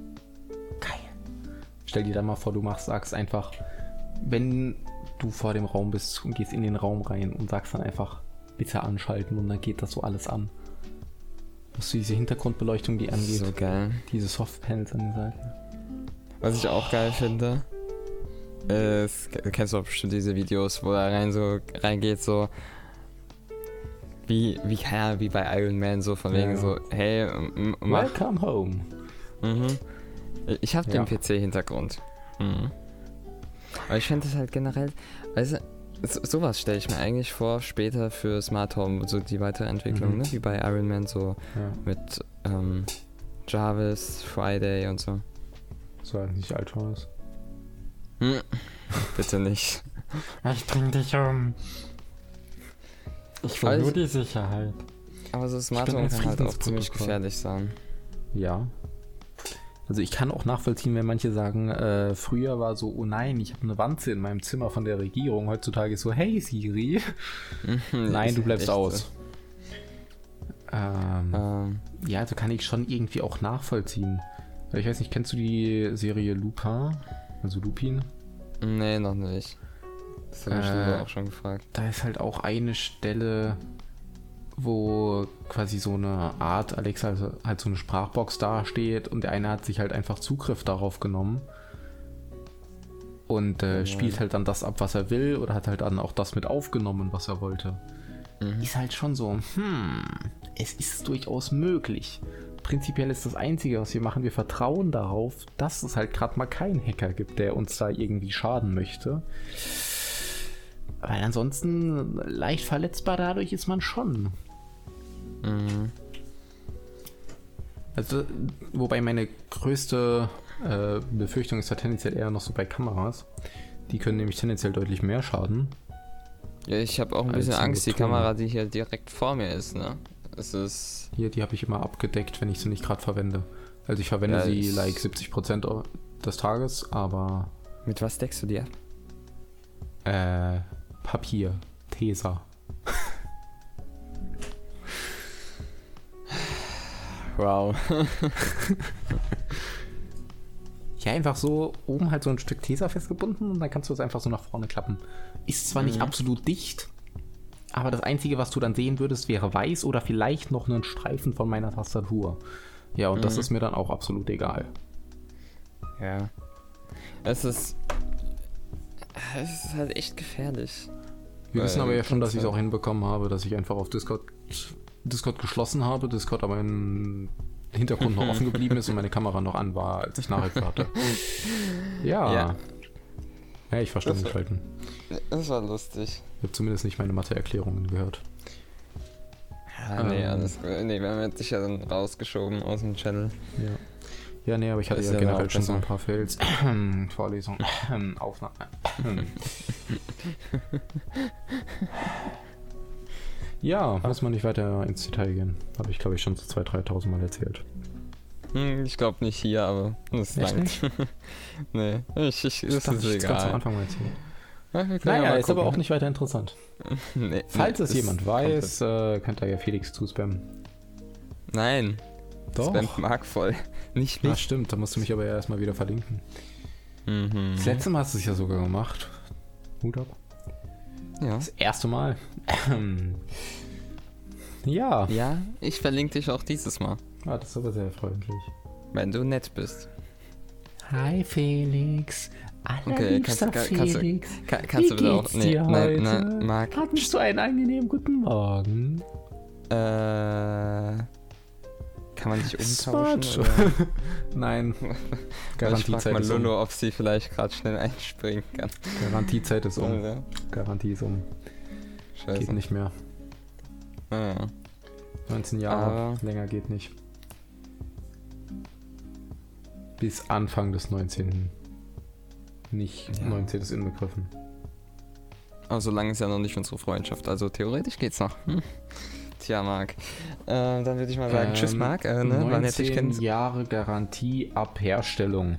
Stell dir da mal vor, sagst einfach, wenn du vor dem Raum bist und gehst in den Raum rein und sagst dann einfach, bitte anschalten und dann geht das so alles an. Hast du diese Hintergrundbeleuchtung, die angeht? So geil. Diese Softpanels an der Seite. Was ich auch geil finde, ist, kennst du auch bestimmt diese Videos, wo er reingeht, so wie bei Iron Man, so von wegen so, hey, mach. Welcome home. Mhm. Ich habe den PC-Hintergrund. Mhm. Aber ich finde das halt generell, weißt du, sowas stelle ich mir eigentlich vor, später für Smart Home, so die weitere Entwicklung, ne? Wie bei Iron Man, so mit Jarvis, Friday und so. So halt nicht Ultras. Bitte nicht. Ich bring dich um. Ich will nur die Sicherheit. Aber so Smart Home kann halt auch ziemlich gefährlich sein. Ja. Also ich kann auch nachvollziehen, wenn manche sagen, früher war so, oh nein, ich habe eine Wanze in meinem Zimmer von der Regierung. Heutzutage ist so, hey Siri. Nein, du bleibst aus. Ja, also kann ich schon irgendwie auch nachvollziehen. Ich weiß nicht, kennst du die Serie Lupin? Also Lupin? Nee, noch nicht. Das habe ich auch schon gefragt. Da ist halt auch eine Stelle, wo quasi so eine Art Alexa, also halt so eine Sprachbox dasteht und der eine hat sich halt einfach Zugriff darauf genommen und spielt halt dann das ab, was er will, oder hat halt dann auch das mit aufgenommen, was er wollte. Ist halt schon so, es ist durchaus möglich. Prinzipiell ist das Einzige, was wir machen, wir vertrauen darauf, dass es halt gerade mal keinen Hacker gibt, der uns da irgendwie schaden möchte. Weil ansonsten leicht verletzbar dadurch ist man schon. Also, wobei meine größte Befürchtung ist ja tendenziell eher noch so bei Kameras. Die können nämlich tendenziell deutlich mehr schaden. Ja, ich habe auch ein bisschen Angst, die Kamera, die hier direkt vor mir ist, ne? Es ist... Hier, die habe ich immer abgedeckt, wenn ich sie nicht gerade verwende. Also ich verwende sie like 70% des Tages, aber... Mit was deckst du die ab? Papier. Tesa. Wow. Ja, einfach so oben halt so ein Stück Tesa festgebunden und dann kannst du es einfach so nach vorne klappen. Ist zwar nicht absolut dicht, aber das Einzige, was du dann sehen würdest, wäre weiß oder vielleicht noch einen Streifen von meiner Tastatur. Ja, und das ist mir dann auch absolut egal. Ja. Es ist halt echt gefährlich. Wir wissen aber ja schon, dass ich es auch hinbekommen habe, dass ich einfach auf Discord geschlossen habe, Discord aber im Hintergrund noch offen geblieben ist und meine Kamera noch an war, als ich Nachrichten hatte. Ja, ich war stumm Das war lustig. Ich habe zumindest nicht meine Mathe-Erklärungen gehört. Ja, wir haben dich ja dann rausgeschoben aus dem Channel. Ja, nee, aber ich hatte ja generell schon so ein paar Fails. Vorlesung, Aufnahme. Ja, muss man nicht weiter ins Detail gehen. Habe ich, glaube ich, schon so 2.000, 3.000 Mal erzählt. Ich glaube nicht hier, aber das Echt nicht? Nee, das ist egal. Ganz am Anfang mal erzählen. Ja, naja, ist aber auch nicht weiter interessant. Nee, Falls es jemand weiß, könnt ihr ja Felix zuspammen. Nein. Doch. Spammt Mark voll. Nicht mich. Ah, stimmt, da musst du mich aber ja erstmal wieder verlinken. Das letzte Mal hast du es ja sogar gemacht. Hut ab. Ja. Das erste Mal. Ja. Ja, ich verlinke dich auch dieses Mal, Ah, das ist aber sehr freundlich. wenn du nett bist. Hi Felix. Okay, kannst du bitte auch... Nee, nein, Marc. Hattest du einen angenehmen guten Morgen? Kann man dich umtauschen? Smart. Oder? Nein. Ich Garantiezeit frag mal ist um. Lolo, ob sie vielleicht gerade schnell einspringen kann. Garantiezeit ist um. Oder? Garantie ist um. Scheiße. Geht nicht mehr. Ah, ja. 19 Jahre. Aber- Länger geht nicht. Bis Anfang des 19. Nicht Ja. 19. ist inbegriffen. Aber so lange ist ja noch nicht unsere Freundschaft, also theoretisch geht's noch. Tja, Marc. Dann würde ich mal sagen, tschüss, Marc. War nett, dich 19 kennenzulernen. Jahre Garantie ab Herstellung.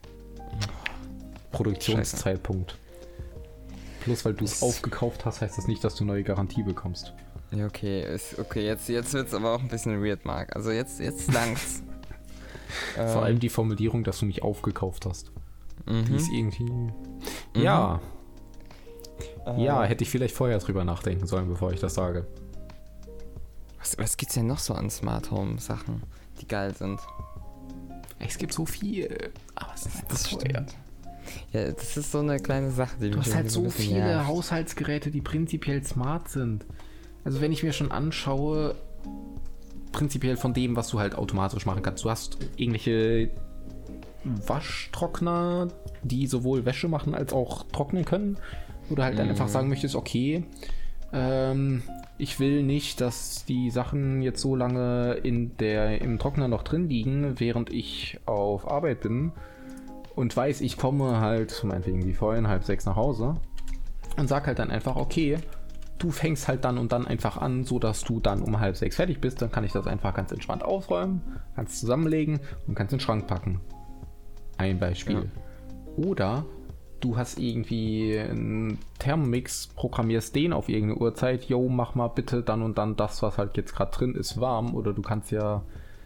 Produktionszeitpunkt. Plus weil du es Das- aufgekauft hast, heißt das nicht, dass du neue Garantie bekommst. Ja, okay. Okay, jetzt wird's aber auch ein bisschen weird, Marc. Also jetzt langt's. Vor allem die Formulierung, dass du mich aufgekauft hast. Die Mhm. ist irgendwie... Ja. Ja, hätte ich vielleicht vorher drüber nachdenken sollen, bevor ich das sage. Was gibt's denn noch so an Smart Home Sachen, die geil sind? Es gibt so viel. Aber es ist Das stimmt. Ja, das ist so eine kleine Sache, die Du mich hast halt irgendwie so ein bisschen viele nervt. Haushaltsgeräte, die prinzipiell smart sind. Also wenn ich mir schon anschaue, prinzipiell von dem, was du halt automatisch machen kannst. Du hast irgendwelche Waschtrockner, die sowohl Wäsche machen als auch trocknen können. Wo du halt dann einfach sagen möchtest, okay, ich will nicht, dass die Sachen jetzt so lange im Trockner noch drin liegen, während ich auf Arbeit bin und weiß, ich komme halt, meinetwegen wie vorhin, 5:30 nach Hause und sag halt dann einfach, okay, du fängst halt dann und dann einfach an, so dass du dann um 5:30 fertig bist, dann kann ich das einfach ganz entspannt aufräumen, kannst zusammenlegen und kannst in den Schrank packen. Ein Beispiel. Oder du hast irgendwie einen Thermomix, programmierst den auf irgendeine Uhrzeit, yo, mach mal bitte dann und dann das, was halt jetzt gerade drin ist, warm. Oder du kannst ja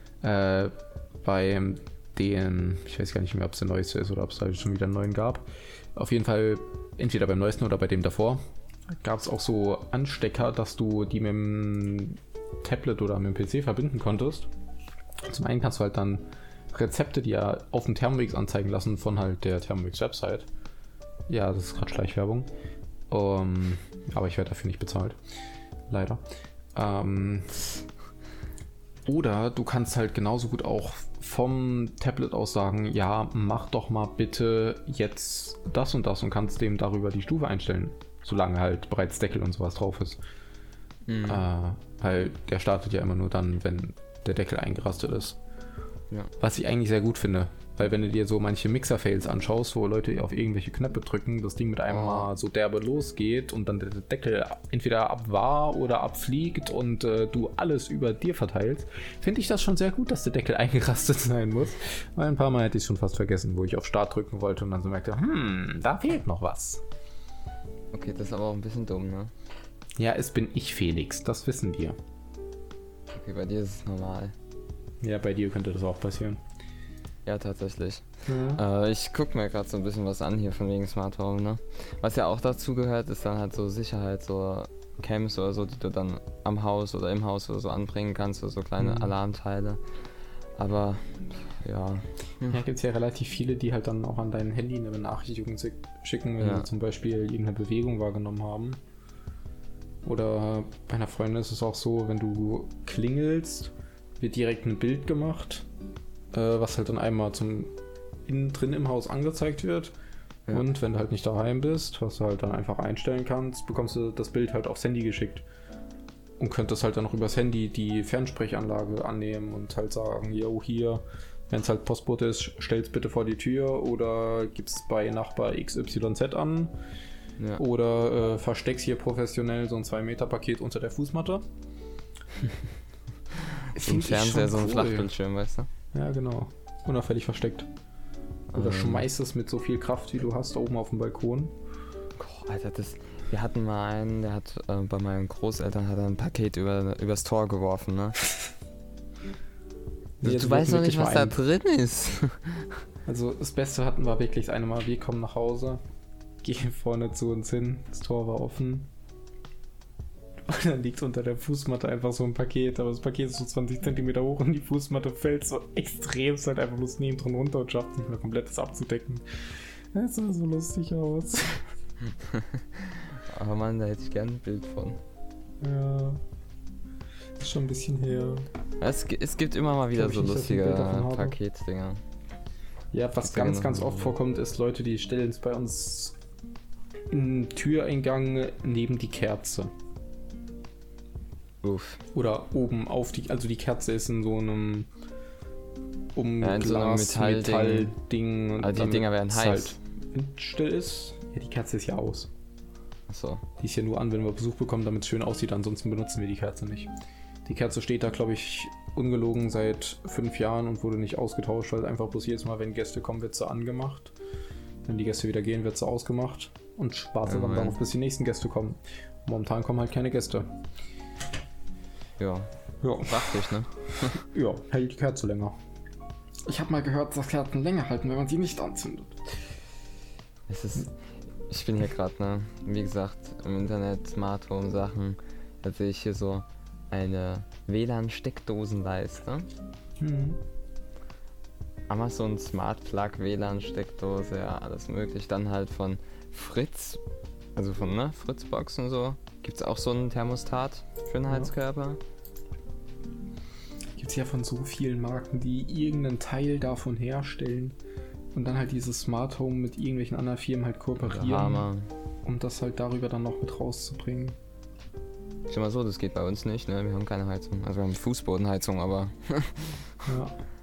bei den, ich weiß gar nicht mehr, ob es der neueste ist oder ob es da schon wieder einen neuen gab. Auf jeden Fall, entweder beim neuesten oder bei dem davor, gab es auch so Anstecker, dass du die mit dem Tablet oder mit dem PC verbinden konntest. Zum einen kannst du halt dann Rezepte, die ja auf dem Thermomix anzeigen lassen von halt der Thermomix-Website. Ja, das ist gerade Schleichwerbung. Aber ich werde dafür nicht bezahlt. Leider. Oder du kannst halt genauso gut auch vom Tablet aus sagen, ja, mach doch mal bitte jetzt das und kannst dem darüber die Stufe einstellen. Solange halt bereits Deckel und sowas drauf ist. Weil der startet ja immer nur dann, wenn der Deckel eingerastet ist. Ja. Was ich eigentlich sehr gut finde. Weil wenn du dir so manche Mixer-Fails anschaust, wo Leute auf irgendwelche Knöpfe drücken, das Ding mit einem Mal so derbe losgeht und dann der Deckel entweder abwar oder abfliegt und du alles über dir verteilst, finde ich das schon sehr gut, dass der Deckel eingerastet sein muss. Weil ein paar Mal hätte ich es schon fast vergessen, wo ich auf Start drücken wollte und dann so merkte, da fehlt noch was. Okay, das ist aber auch ein bisschen dumm, ne? Ja, es bin ich, Felix, das wissen wir. Okay, bei dir ist es normal. Ja, bei dir könnte das auch passieren. Ja, tatsächlich. Ich gucke mir gerade so ein bisschen was an hier von wegen Smart Home, ne? Was ja auch dazu gehört, ist dann halt so Sicherheit, so Cams oder so, die du dann am Haus oder im Haus oder so anbringen kannst, oder so kleine Alarmteile. Aber, ja. Ja, gibt es ja relativ viele, die halt dann auch an dein Handy eine Benachrichtigung schicken, wenn sie zum Beispiel irgendeine Bewegung wahrgenommen haben. Oder bei einer Freundin ist es auch so, wenn du klingelst, wird direkt ein Bild gemacht, was halt dann einmal innen drin im Haus angezeigt wird. Ja. Und wenn du halt nicht daheim bist, was du halt dann einfach einstellen kannst, bekommst du das Bild halt aufs Handy geschickt. Und könntest halt dann noch übers Handy die Fernsprechanlage annehmen und halt sagen, yo, hier, wenn es halt Postbote ist, stell's bitte vor die Tür oder gib's bei Nachbar XYZ an. Ja. Oder versteck's hier professionell so ein 2-Meter-Paket unter der Fußmatte. So ein Fernseher, so ein Flachbildschirm, weißt du? Ja, genau. Unauffällig versteckt. Oder schmeiß es mit so viel Kraft, wie du hast, oben auf dem Balkon. Oh, Alter, wir hatten mal einen, der hat bei meinen Großeltern hat er ein Paket übers Tor geworfen, ne? Du weißt noch nicht, was da drin ist. Also das Beste war wirklich das eine Mal, wir kommen nach Hause, gehen vorne zu uns hin, das Tor war offen, Und dann liegt unter der Fußmatte einfach so ein Paket, aber das Paket ist so 20 Zentimeter hoch und die Fußmatte fällt so extremst halt einfach bloß neben drin runter und schafft nicht mehr komplett das abzudecken. Das sah so lustig aus. Aber Mann, da hätte ich gerne ein Bild von. Ja. Ist schon ein bisschen her. Es gibt immer mal wieder Glaub ich so nicht, dass ich ein Bild davon lustige habe. Paketdinger. Ja, was ganz oft vorkommt, ist Leute, die stellen es bei uns im Türeingang neben die Kerze. Uff. Oder oben auf die, also die Kerze ist in so einem in so einem Metallding. Und Also die damit Dinger werden es heiß. halt windstill ist. Ja, die Kerze ist ja aus. Achso. Die ist ja nur an, wenn wir Besuch bekommen, damit es schön aussieht. Ansonsten benutzen wir die Kerze nicht. Die Kerze steht da, glaube ich, ungelogen seit 5 Jahren und wurde nicht ausgetauscht, weil einfach bloß jedes Mal, wenn Gäste kommen, wird sie angemacht. Wenn die Gäste wieder gehen, wird sie ausgemacht. Und warte dann darauf, bis die nächsten Gäste kommen. Momentan kommen halt keine Gäste. Ja. Ja. Praktisch, ne? Ja, hält die Kerze länger. Ich habe mal gehört, dass Kerzen länger halten, wenn man sie nicht anzündet. Ich bin hier gerade, ne? Wie gesagt, im Internet, Smart Home Sachen. Da sehe ich hier so eine WLAN-Steckdosenleiste. Amazon Smart Plug WLAN-Steckdose, ja, alles möglich. Dann halt von Fritz, also von Fritzbox und so. Gibt's auch so einen Thermostat für einen Heizkörper. Gibt es ja von so vielen Marken, die irgendeinen Teil davon herstellen und dann halt dieses Smart Home mit irgendwelchen anderen Firmen halt kooperieren, Hammer. um das halt darüber dann noch mit rauszubringen. Ich sag mal so, das geht bei uns nicht, ne? Wir haben keine Heizung. Also wir haben Fußbodenheizung, aber Ja.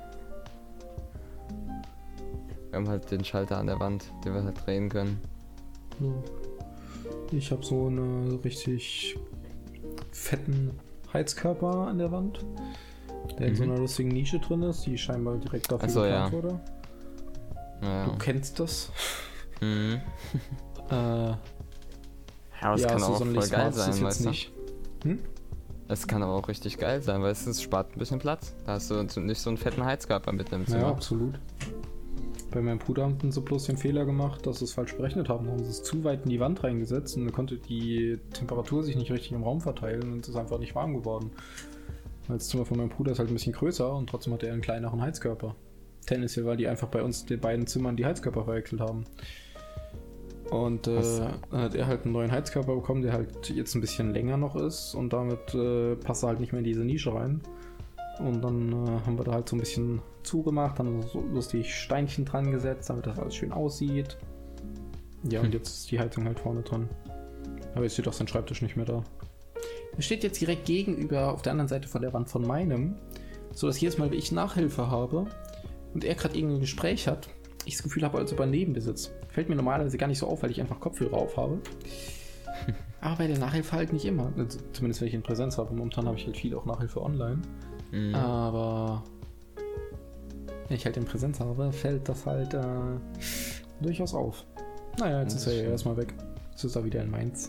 wir haben halt den Schalter an der Wand, den wir halt drehen können. Ja. Ich habe so einen richtig fetten Heizkörper an der Wand, der in so einer lustigen Nische drin ist, die scheinbar direkt dafür Ach so, geplant ja. wurde. Ja. Du kennst das. Mhm. Ja, Ja, aber es kann auch voll geil smart ist sein, es jetzt weißt du? nicht. Hm? Es kann aber auch richtig geil sein, weil es spart ein bisschen Platz. Da hast du nicht so einen fetten Heizkörper mit im Zimmer. Ja, absolut. Bei meinem Bruder haben sie bloß den Fehler gemacht, dass sie es falsch berechnet haben. Da haben sie es zu weit in die Wand reingesetzt und dann konnte die Temperatur sich nicht richtig im Raum verteilen und es ist einfach nicht warm geworden. Weil das Zimmer von meinem Bruder ist halt ein bisschen größer und trotzdem hat er einen kleineren Heizkörper. Tendenziell, weil die einfach bei uns den beiden Zimmern die Heizkörper verwechselt haben. Und dann hat er halt einen neuen Heizkörper bekommen, der halt jetzt ein bisschen länger noch ist und damit passt er halt nicht mehr in diese Nische rein. Und dann haben wir da halt so ein bisschen zugemacht, dann so lustig Steinchen dran gesetzt, damit das alles schön aussieht. Ja, und jetzt ist die Heizung halt vorne dran. Aber jetzt steht auch sein Schreibtisch nicht mehr da. Er steht jetzt direkt gegenüber auf der anderen Seite von der Wand von meinem, so dass jedes Mal, wenn ich Nachhilfe habe und er gerade irgendein Gespräch hat, ich das Gefühl habe, als ob er neben mir sitzt. Fällt mir normalerweise gar nicht so auf, weil ich einfach Kopfhörer auf habe. Aber bei der Nachhilfe halt nicht immer. Also, zumindest wenn ich in Präsenz habe. Momentan habe ich halt viel auch Nachhilfe online. Mhm. Aber wenn ich halt in Präsenz habe, fällt das halt durchaus auf. Naja, jetzt ist er ja erstmal weg. Jetzt ist er wieder in Mainz.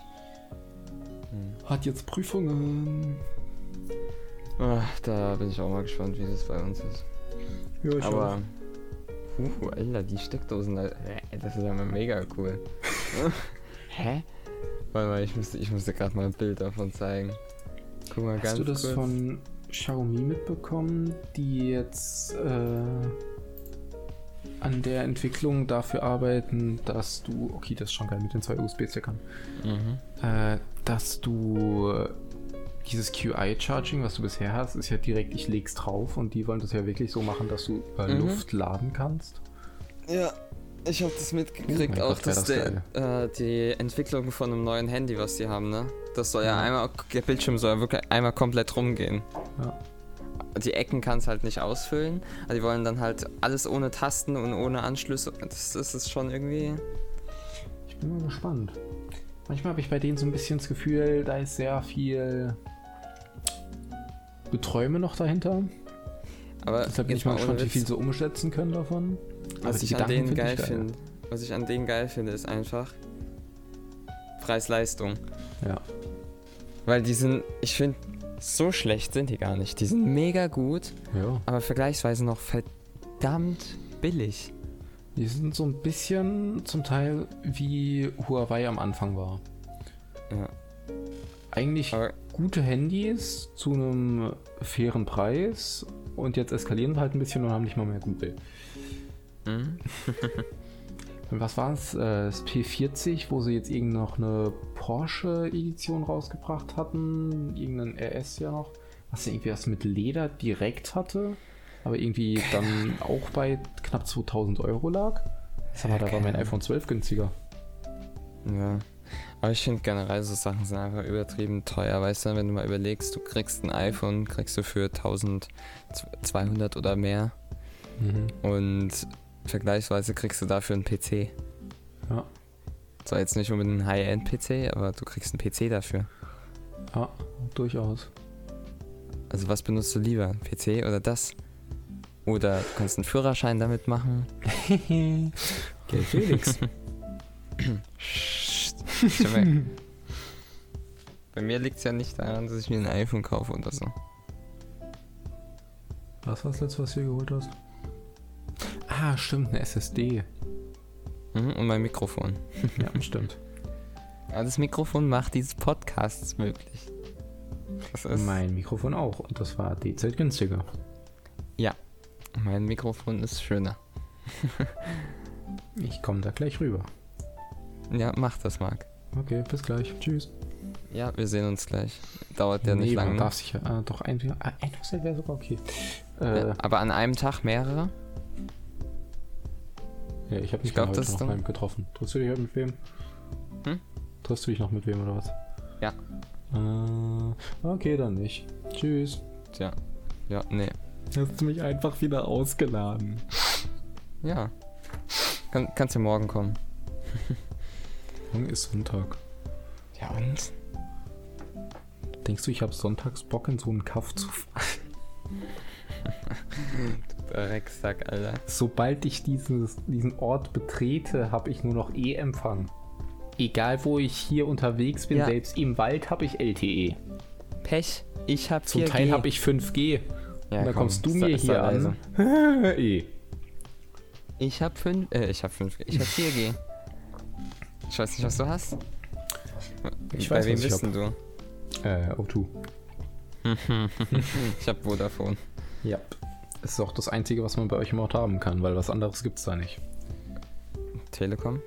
Hat jetzt Prüfungen. Ach, da bin ich auch mal gespannt, wie das bei uns ist. Ja, ich Aber, Alter, die Steckdosen, das ist ja mal mega cool. Hä? Warte mal, ich muss dir gerade mal ein Bild davon zeigen. Guck mal ganz Hast du das kurz. von Xiaomi mitbekommen, die jetzt an der Entwicklung dafür arbeiten, dass du, okay, das ist schon geil mit den 2 USB-Stickern, dass du dieses QI-Charging, was du bisher hast, ist ja direkt, ich leg's drauf und die wollen das ja wirklich so machen, dass du Luft laden kannst. Ja, ich habe das mitgekriegt, mein auch Gott, wär dass das die Entwicklung von einem neuen Handy, was die haben, ne? Das soll ja einmal, der Bildschirm soll ja wirklich einmal komplett rumgehen. Ja. Die Ecken kannst halt nicht ausfüllen, aber die wollen dann halt alles ohne Tasten und ohne Anschlüsse. Das ist schon irgendwie... Ich bin mal gespannt. Manchmal habe ich bei denen so ein bisschen das Gefühl, da ist sehr viel Geträume noch dahinter. Aber Deshalb bin jetzt ich mal ohne gespannt, wie Witz, viel sie umsetzen können davon. Aber was die ich an Gedanken denen finde geil ich finde, was ich an denen geil finde, ist einfach Preis-Leistung. Ja. Weil die sind, ich finde, so schlecht sind die gar nicht. Die sind mega gut, Ja. aber vergleichsweise noch verdammt billig. Die sind so ein bisschen zum Teil wie Huawei am Anfang war. Ja. eigentlich Aber- gute Handys zu einem fairen Preis und jetzt eskalieren sie halt ein bisschen und haben nicht mal mehr Google. Mhm. Und was war es? Das P40, wo sie jetzt irgend noch eine Porsche-Edition rausgebracht hatten. Irgendein RS ja noch. Was irgendwie was mit Leder direkt hatte. Aber irgendwie dann auch bei knapp 2000 Euro lag. Aber da war mein iPhone 12 günstiger. Ja. Aber ich finde generell so Sachen sind einfach übertrieben teuer. Weißt du, wenn du mal überlegst, du kriegst ein iPhone, kriegst du für 1200 oder mehr. Und vergleichsweise kriegst du dafür einen PC. Ja. Zwar jetzt nicht unbedingt ein High-End-PC, aber du kriegst einen PC dafür. Ja, durchaus. Also was benutzt du lieber? Ein PC oder das? Oder du kannst einen Führerschein damit machen. Okay, Felix. Schon weg. Bei mir liegt es ja nicht daran, dass ich mir ein iPhone kaufe oder so. Was war das letzte, was du hier geholt hast? Ah, stimmt, eine SSD. Und mein Mikrofon. Ja, stimmt. Aber das Mikrofon macht dieses Podcasts möglich. Das ist Mein Mikrofon auch. Und das war dezent günstiger. mein Mikrofon ist schöner. Ich komme da gleich rüber. Ja, mach das, Marc. Okay, bis gleich. Tschüss. Ja, wir sehen uns gleich. Dauert ja nicht man lange. darf sich ja doch ein Haushalt wäre sogar okay. Ja, aber an einem Tag mehrere? Ja, ich habe mich glaub, heute das ist noch dann- mit wem getroffen. Triffst du dich heute mit wem? Hm? Triffst du dich noch mit wem oder was? Ja. Okay, dann nicht. Tschüss. Tja. Ja, nee. Hast du mich einfach wieder ausgeladen. Ja. Kannst du morgen kommen. Morgen ist Sonntag. Ja, und? Denkst du, ich habe sonntags Bock in so einen Kaff zu fahren? Drecksack, Alter. Sobald ich diesen Ort betrete, habe ich nur noch E-Empfang. Egal wo ich hier unterwegs bin, Ja. selbst im Wald habe ich LTE. Pech. Ich hab 4G. Zum Teil habe ich 5G. Ja, Und dann komm, kommst du sei- mir sei hier leise. an. E. Ich hab 5G. Ich hab 4G. Ich weiß nicht, was du hast. Ich Bei weiß, wem was ich bist denn du? O2. Ich hab Vodafone. Ja. Das ist auch das Einzige, was man bei euch im Ort haben kann, weil was anderes gibt's da nicht. Telekom?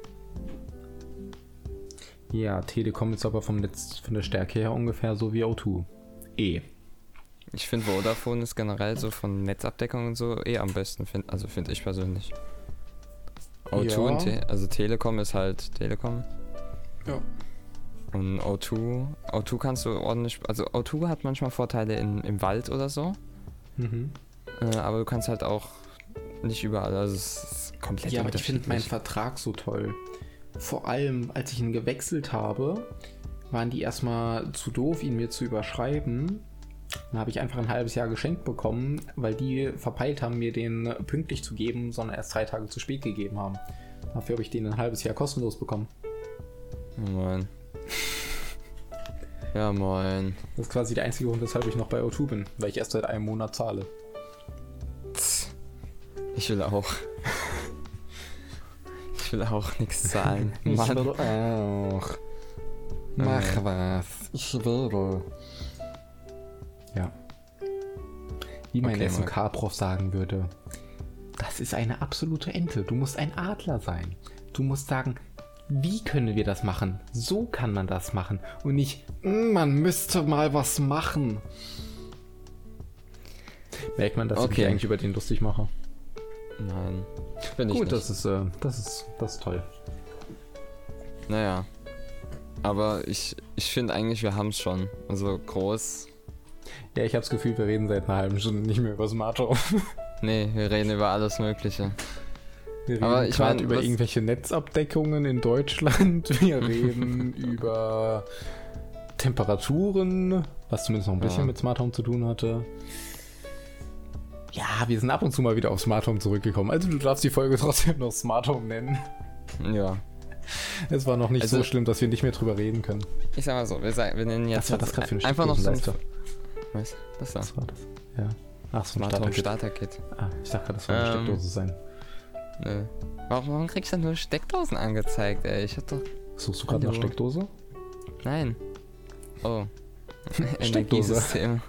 Ja, Telekom ist aber vom Netz von der Stärke her ungefähr so wie O2. E. Ich finde Vodafone ist generell so von Netzabdeckung und so am besten, finde ich persönlich. O2 Ja. und also Telekom ist halt Telekom. Ja. Und O2 kannst du ordentlich, also O2 hat manchmal Vorteile im Wald oder so, Mhm. aber du kannst halt auch nicht überall, also es ist komplett Ja, aber ich finde meinen unterschiedlich. Vertrag so toll. Vor allem, als ich ihn gewechselt habe, waren die erstmal zu doof, ihn mir zu überschreiben. Dann habe ich einfach ein halbes Jahr geschenkt bekommen, weil die verpeilt haben, mir den pünktlich zu geben, sondern erst 3 Tage zu spät gegeben haben. Dafür habe ich den ein halbes Jahr kostenlos bekommen. Ja, moin. Ja, moin. Das ist quasi der einzige Grund, weshalb ich noch bei O2 bin, weil ich erst seit einem Monat zahle. Ich will auch. Ich will auch nichts zahlen. Mann. auch. Mach was. Ich will. Ja. Wie mein Okay, SMK-Prof sagen würde, das ist eine absolute Ente. Du musst ein Adler sein. Du musst sagen, wie können wir das machen? So kann man das machen. Und nicht, man müsste mal was machen. Merkt man, dass ich Okay. mich eigentlich über den lustig mache? Nein. Bin ich Gut, nicht. das ist toll. Naja. Aber ich finde eigentlich, wir haben es schon. Also groß. Ja, ich habe das Gefühl, wir reden seit einer halben Stunde nicht mehr über Smart Home. Nee, wir reden über alles Mögliche. Wir reden Aber ich gerade mein, über was- irgendwelche Netzabdeckungen in Deutschland. Wir reden über Temperaturen, was zumindest noch ein bisschen Ja. mit Smart Home zu tun hatte. Ja, wir sind ab und zu mal wieder auf Smart Home zurückgekommen. Also du darfst die Folge trotzdem noch Smart Home nennen. Ja. Es war noch nicht Also- so schlimm, dass wir nicht mehr drüber reden können. Ich sag mal so, wir nennen jetzt Was war das gerade für eine einfach noch so ein... Steckdosenleiste? Was? Das da. Was war das? Ja. Ach, so ein Smart Home Starter-Kit. Starter-Kit. Ah, ich dachte, das soll eine Steckdose sein. Nö. Warum kriegst du denn nur Steckdosen angezeigt, ey? Ich hab doch... Suchst du gerade nach Hallo. Steckdose? Nein. Oh. Steckdose. Energiesystem.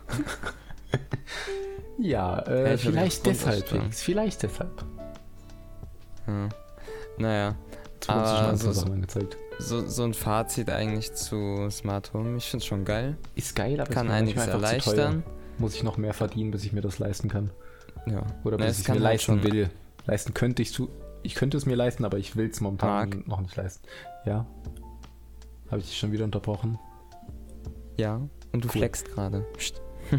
Ja, ich hab vielleicht ja deshalb, Grundausstattung. Felix, vielleicht deshalb. Ja. Naja. Jetzt wurde sich schon Aber andere so, Sachen angezeigt. so ein Fazit eigentlich zu Smart Home. Ich find's schon geil. Ist geil, aber Kann ist mir einiges manchmal einfach zu erleichtern. teuer. Muss ich noch mehr verdienen, bis ich mir das leisten kann. Ja. Oder Na, bis es ich kann mir halt leisten schon- will. Leisten könnte ich ich könnte es mir leisten, aber ich will es momentan Marc? noch nicht leisten. Ja? Habe ich dich schon wieder unterbrochen? Ja. Und du Cool. flexst gerade. Psst.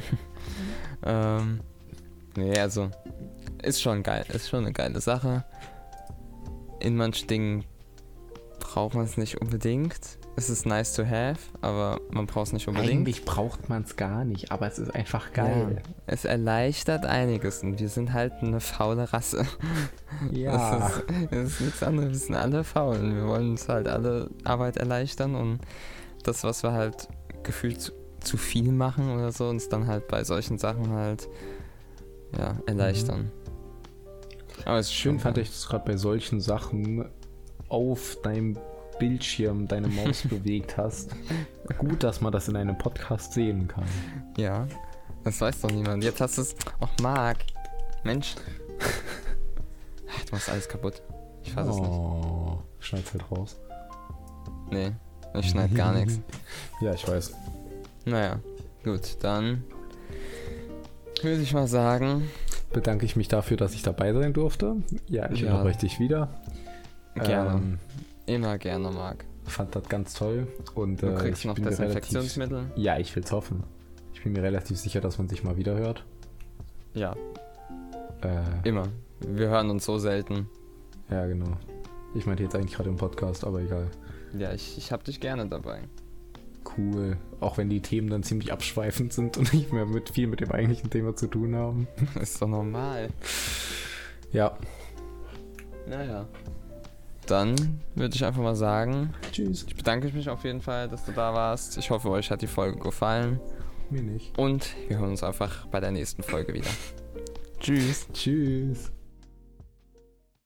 Nee, also. Ist schon geil. Ist schon eine geile Sache. In manchen Dingen braucht man es nicht unbedingt. Es ist nice to have, aber man braucht es nicht unbedingt. Eigentlich braucht man es gar nicht, aber es ist einfach geil. Ja, es erleichtert einiges und wir sind halt eine faule Rasse. Ja. Das ist nichts anderes, wir sind alle faul. und Wir wollen uns halt alle Arbeit erleichtern und das, was wir halt gefühlt zu viel machen oder so, uns dann halt bei solchen Sachen halt erleichtern. Aber es ist Schön schon fand geil. ich es gerade bei solchen Sachen auf deinem Bildschirm deine Maus bewegt hast. Gut, dass man das in einem Podcast sehen kann. Ja, das weiß doch niemand. Jetzt hast du es. Och, Marc. Mensch. Du machst alles kaputt. Ich fass es nicht. Oh, schneid's halt raus. Nee, ich schneid gar nichts. Ja, ich weiß. Naja, gut, dann würde ich mal sagen, Bedanke ich mich dafür, dass ich dabei sein durfte. Ja, ich Ja. unterbreche dich wieder. Gerne. Immer gerne, Marc. Fand das ganz toll. Und Du kriegst ich noch bin mir Desinfektionsmittel. Ja, ich will's hoffen. Ich bin mir relativ sicher, dass man sich mal wieder hört. Ja, immer. Wir hören uns so selten. Ja, genau. Ich meinte jetzt eigentlich gerade im Podcast, aber egal. Ja, ich hab dich gerne dabei. Cool. Auch wenn die Themen dann ziemlich abschweifend sind und nicht mehr viel mit dem eigentlichen Thema zu tun haben. Ist doch normal. Ja. Naja. Dann würde ich einfach mal sagen, Tschüss. ich bedanke mich auf jeden Fall, dass du da warst. Ich hoffe, euch hat die Folge gefallen. Mir nicht. Und wir hören uns einfach bei der nächsten Folge wieder. Tschüss. Tschüss.